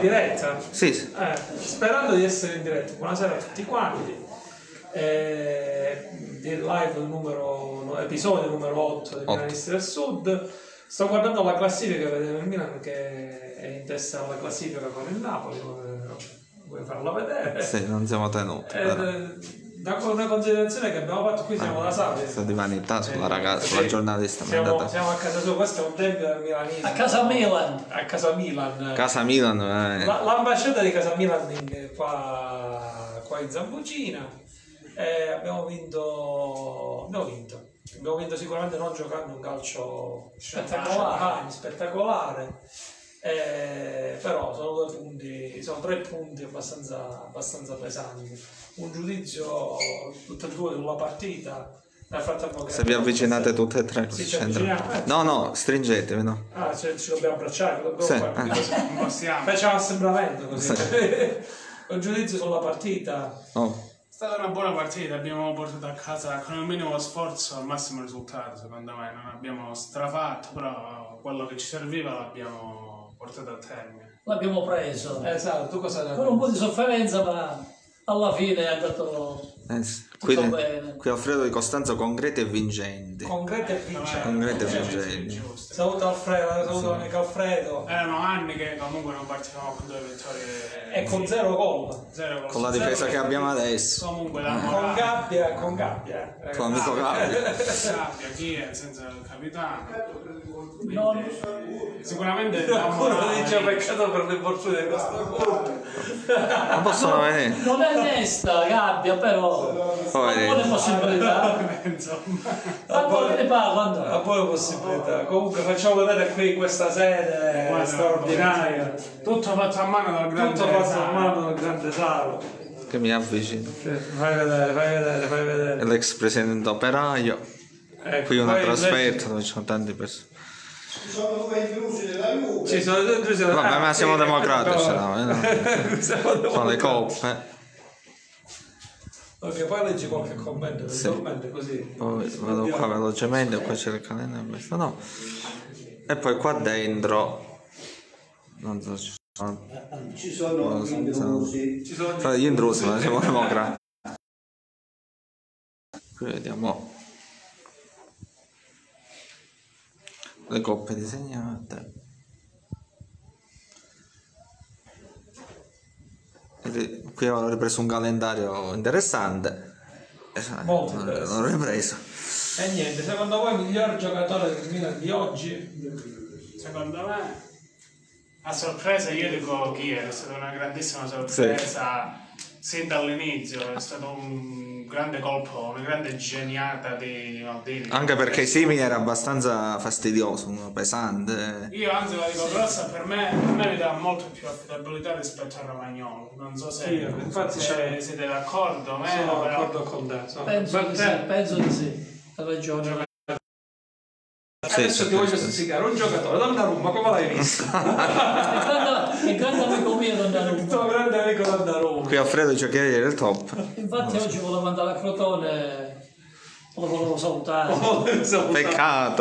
diretta? Sì, sì. Sperando di essere in diretta. Buonasera a tutti quanti. Del live episodio numero 8 dei Milanisti del Sud. Sto guardando la classifica, vedevo il Milan che è in testa alla classifica con il Napoli. Vuoi farla vedere? Sì, non siamo tenuti. Da una considerazione che abbiamo fatto qui, siamo da Sabia. Questa di vanità sulla ragazza, sulla giornalista. Siamo a casa sua, questo è un tempio del milanismo. A casa Milan. A casa Milan. Casa Milan. L'ambasciata di casa Milan qua in Zambucina. Abbiamo vinto sicuramente non giocando un calcio spettacolare. Però sono 3 punti abbastanza pesanti. Un giudizio tutte e due sulla partita. Se vi avvicinate tutte e tre, sì, no, stringetevi, no? Ci dobbiamo abbracciare, Non possiamo. Facciamo assembramento così. Un giudizio sulla partita. È stata una buona partita, abbiamo portato a casa con il minimo sforzo il massimo risultato, secondo me. Non abbiamo strafatto, però quello che ci serviva l'abbiamo portato a termine. L'abbiamo preso. Esatto, tu cosa ne con un po' di sofferenza, ma alla fine è andato tutto bene. Qui Alfredo di Costanzo, concreti e vincenti. Concreti e vincenti. Saluto Alfredo, saluto l'amico Alfredo. Erano anni che comunque non partivamo con 2 vittorie. E con 0 gol. Con la difesa che abbiamo adesso. Comunque con Gabbia. Con l'amico Gabbia. Gabbia, chi è? Senza il capitano. Sicuramente qualcuno dice peccato per le fortune di questo gol. Non possono venire. Non è onesta Gabbia, però ha buone possibilità. Ha buone possibilità. Comunque facciamo vedere qui questa sede straordinaria. Tutto fatto a mano dal grande Saro. Che mi avvicino. Fai vedere. L'ex presidente operaio. Qui una trasferta dove ci sono tanti persone. Ci sono due intrusi della Vabbè, ma siamo democratici, no? Sono le coppe. Ok, poi leggi qualche commento, eventualmente così. Poi vado qua velocemente, qua c'è il calendario, questo no. E poi qua dentro non so, ci sono gli intrusi. Gli intrusi, ma siamo democratici. Qui vediamo le coppe disegnate. Qui ho ripreso un calendario interessante. L'ho ripreso. E niente, secondo voi il miglior giocatore del Milan di oggi? Secondo me, a sorpresa io dico Kier, è stata una grandissima sorpresa sin dall'inizio, è stato un grande colpo, una grande geniata di Maldini. Anche perché Simile era abbastanza fastidioso, pesante. Io anzi la dico grossa, per me mi dà molto più affidabilità rispetto a Romagnolo. Non so se infatti siete d'accordo o meno. Sono d'accordo con te. Penso di sì. Ha ragione. Adesso ti voglio stuzzicare un giocatore, Donnarumma, come l'hai visto? È grande amico mio Donnarumma. Il tuo grande amico Donnarumma. Qui Alfredo dice che ieri era il top. Infatti oggi volevo andare a Crotone, lo volevo salutare. Peccato.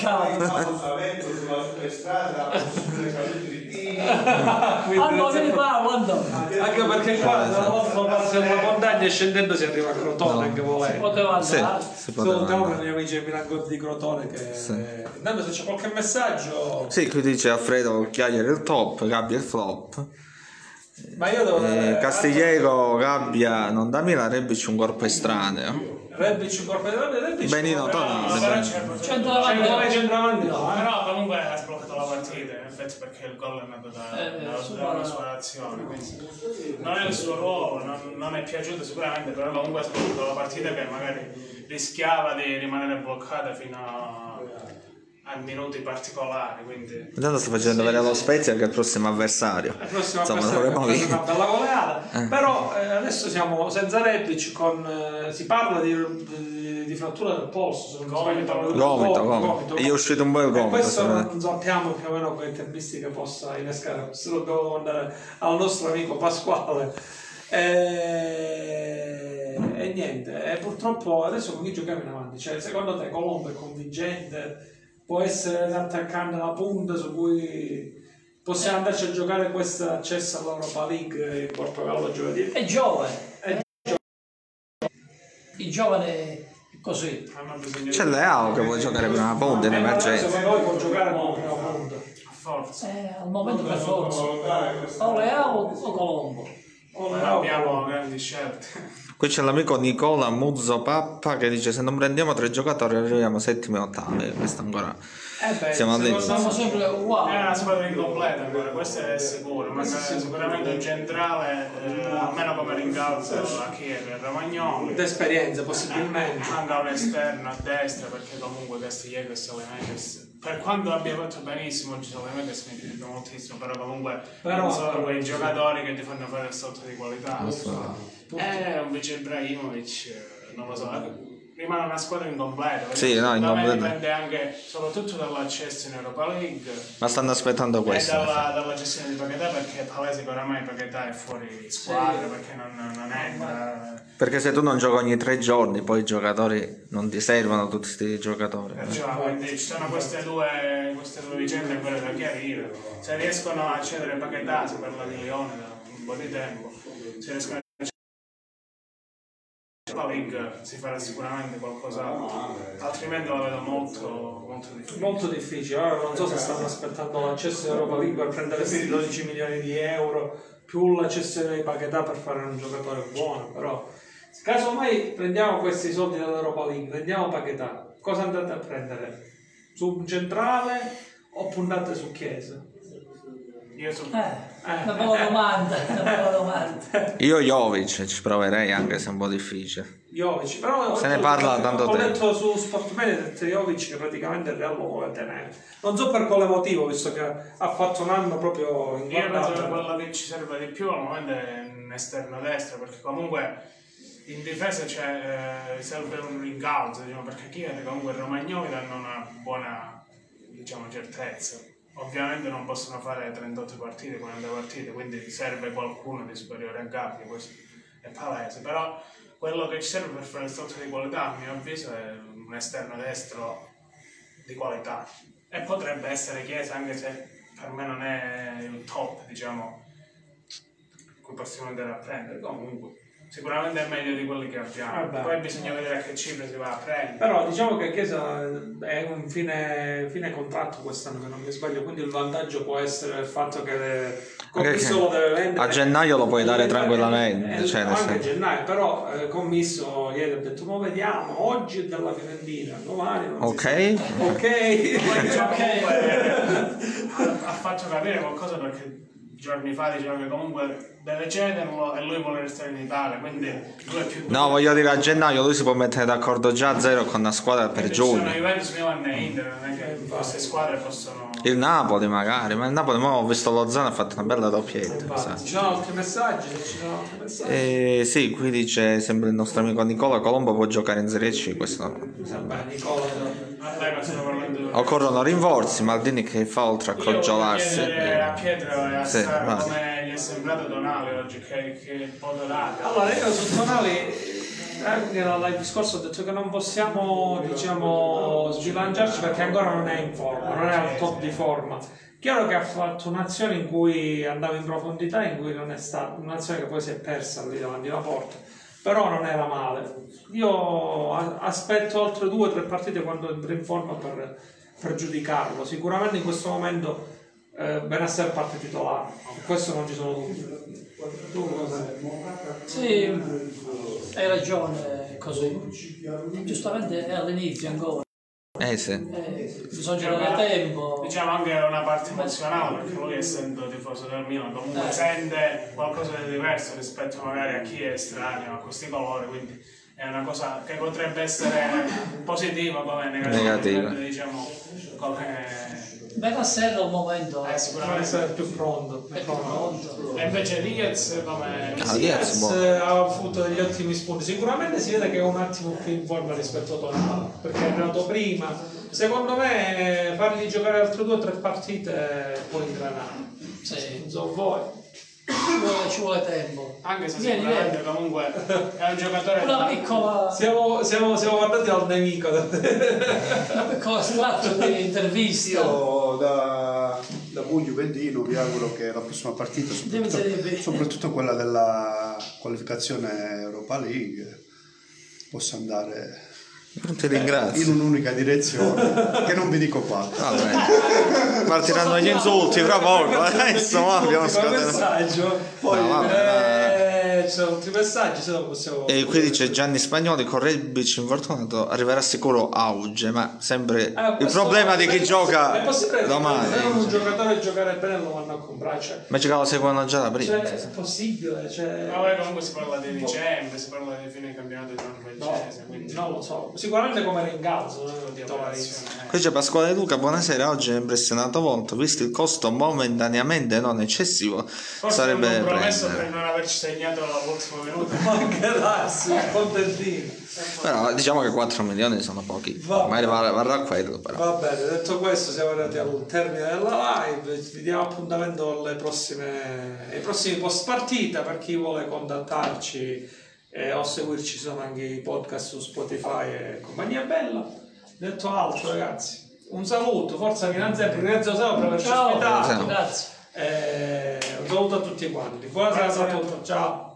Anche perché qua siamo la montagna e scendendo si arriva a Crotone, anche volendo. Poteva andare. Salutiamo gli amici di Milan di Crotone che intanto se c'è qualche messaggio. Sì, qui dice Alfredo Chiagliari il top, Gabbia il flop. Ma io devo Castigliero, Gabbia non da Milan, Rebic un corpo estraneo. Rebic un corpo estraneo, Benino Tonali. Centravanti no, però comunque ha sbloccato la partita, in effetti, perché il gol è nato da una sua azione, quindi non è il suo ruolo, non è piaciuto sicuramente, però comunque ha sbloccato la partita che magari rischiava di rimanere bloccata fino a minuti particolari, quindi Intanto sto facendo vedere lo Spezia che è il prossimo avversario. Insomma, dovremmo vincere una bella goleata. Però adesso siamo senza Rebic, si parla di frattura del polso, Gomito. Gli è uscito un bel gomito. Questo non sappiamo più o meno che tempistiche possa innescare, se lo dobbiamo andare al nostro amico Pasquale. E niente, purtroppo adesso con chi giochiamo in avanti? Cioè, secondo te Colombo è convincente? Può essere l'attaccante alla punta su cui Possiamo andarci a giocare questo accesso all'Europa League in Portogallo giovedì? È giovane. I giovani così. Hanno bisogno C'è Leao che vuole giocare prima punta in emergenza. Secondo voi può giocare come prima punta? a forza. Al momento per forza. O Leao o Colombo. Non abbiamo grandi scelte. Qui c'è l'amico Nicola Muzzo Pappa che dice: se non prendiamo 3 giocatori arriviamo settimi o ottavi. Questo ancora siamo all'inizio. Siamo sempre È uguali. una squadra incompleta ancora, questo è sicuro, ma sicuramente un centrale, almeno come rincalzo a Kiev e Romagnoli. D'esperienza possibilmente. Manca un esterno a destra perché comunque Castiglieco e Solemedes, per quanto abbia fatto benissimo oggi Solemedes mi piace moltissimo, però comunque non sono quei giocatori che ti fanno fare il salto di qualità. Un Vice Ibrahimovic, non lo so, rimane una squadra incompleta. Sì, no, incompleta. Dipende anche soprattutto dall'accesso in Europa League. Ma stanno aspettando E questo. dalla gestione di Paquetá, perché è palese che oramai Paquetá è fuori squadra, perché non entra. Perché se tu non giochi ogni 3 giorni, poi i giocatori non ti servono tutti questi giocatori. Perciò quindi ci sono queste due vicende ancora da chiarire. Se riescono a cedere Paquetá, si parla di Lione da un po' di tempo, se riescono a la League si farà sicuramente qualcos'altro, altrimenti la vedo molto difficile. Molto difficile. Ora non so se stanno aspettando l'accesso in Europa League per prendere questi 12 milioni di euro più la cessione di Paquetá per fare un giocatore buono, però casomai prendiamo questi soldi dall'Europa League, prendiamo Paquetá, cosa andate a prendere? Su un centrale o puntate su Chiesa? Io sono Una bella domanda. Io Jovic ci proverei anche se è un po' difficile. Jovic, però Se ne parla da tanto ho tempo. letto su Sportmedia che Jovic che praticamente il Real lo vuole tenere. Non so per quale motivo, visto che ha fatto un anno proprio in Io penso che quello che ci serve di più al momento è un esterno destro, perché comunque in difesa serve un rincalzo, diciamo, perché Chiesa comunque Romagnoli danno una buona, diciamo, certezza. Ovviamente non possono fare 38 partite, 40 partite, quindi serve qualcuno di superiore a Gabri, questo è palese, però quello che ci serve per fare il salto di qualità, a mio avviso, è un esterno destro di qualità. E potrebbe essere Chiesa, anche se per me non è il top, diciamo, cui possiamo andare a prendere. Comunque, sicuramente è meglio di quelli che abbiamo. Poi bisogna vedere a che cifre si va a prendere. Però diciamo che Chiesa è un fine contratto quest'anno, che non mi sbaglio, quindi il vantaggio può essere il fatto che Commisso lo deve vendere. A gennaio lo puoi dare tranquillamente. Cioè, Anche a gennaio, però Commisso ieri ha detto ma vediamo, oggi è della Fiorentina, domani non si sa. Ok. Poi diciamo ha fatto capire qualcosa, perché giorni fa diceva che comunque deve cederlo e lui vuole restare in Italia, quindi lui è più... No, voglio dire, a gennaio lui si può mettere d'accordo già a zero con una squadra per giugno. Ci sono Juventus, Milan e Inter, non è che queste squadre possono... Il Napoli magari, ma il Napoli mo ho visto Lozano, ha fatto una bella doppietta. Ci sono altri messaggi? Sì, qui dice sempre il nostro amico Nicola Colombo può giocare in Serie C, questo no. Vabbè, ma stiamo parlando di... Occorrono rinforzi, Maldini che fa oltre a crogiolarsi. Io voglio chiedere a Pietro e a Sara come gli è sembrato Tonali oggi, che voto date. Allora io su Tonali nella live scorsa ho detto che non possiamo, diciamo, sbilanciarci perché ancora non è in forma, non è al top di forma. Chiaro che ha fatto un'azione in cui andava in profondità, in cui non è stata un'azione che poi si è persa lì davanti alla porta, però non era male. Io aspetto oltre 2 o 3 partite quando entra in forma per giudicarlo. Sicuramente in questo momento Benasser parte titolare, questo non ci sono dubbi. Tu cosa? Sì, hai ragione, così. Giustamente è all'inizio ancora. Sì. Bisogna dare tempo. Diciamo anche una parte emozionale, perché lui, essendo tifoso del Milan, comunque sente qualcosa di diverso rispetto magari a chi è estraneo a questi colori, quindi è una cosa che potrebbe essere positiva come negativa. Diciamo, come... Benasser al momento sicuramente essere più pronto. E invece Diaz come... Diaz ha avuto degli ottimi spunti, sicuramente si vede che è un attimo più in forma rispetto a Tonali, perché è arrivato prima. Secondo me fargli giocare altre 2 o 3 partite può ingranare. sì. Non so voi. Ci vuole tempo. Anche se sicuramente comunque è un giocatore... Una piccola... Siamo guardati al nemico. Una piccola estratto di intervista. Io da da buon juventino vi auguro che la prossima partita, Andiamo in Serie B. soprattutto quella della qualificazione Europa League, possa andare Non ti ringrazio. in un'unica direzione, che non vi dico quale. Vabbè. Partiranno gli insulti fra poco. Adesso abbiamo scatenato. messaggio. Poi No, vabbè, ci sono altri messaggi, se no possiamo. E qui dice Gianni Spagnoli con Rebic infortunato arriverà sicuro Auge, ma sempre il questo- problema di chi è gioca possibile domani. che un giocatore giocare bene lo vanno a comprare, cioè, Ma giocava seguono già da prima. è possibile, cioè, Vabbè, comunque si parla di dicembre, si parla di fine campionato norvegese, quindi non lo so, sicuramente come ringalzo, non di titolarizzo. operazione. Qui c'è Pasquale Luca, buonasera, oggi è impressionato molto, visto il costo momentaneamente non eccessivo, Forse sarebbe è un compromesso prendere. per non averci segnato all'ultimo minuto. Anche darsi, contentini. Però diciamo che 4 milioni sono pochi, Va magari varrà quello però. Va bene, detto questo siamo arrivati al termine della live, vi diamo appuntamento ai prossimi post partita per chi vuole contattarci o seguirci, sono anche i podcast su Spotify e compagnia bella. Detto altro ragazzi, un saluto, forza Finanza e ringrazio sempre per averci Ciao, ospitato. Ciao. grazie. Un saluto a tutti quanti, buona serata a tutti, ciao.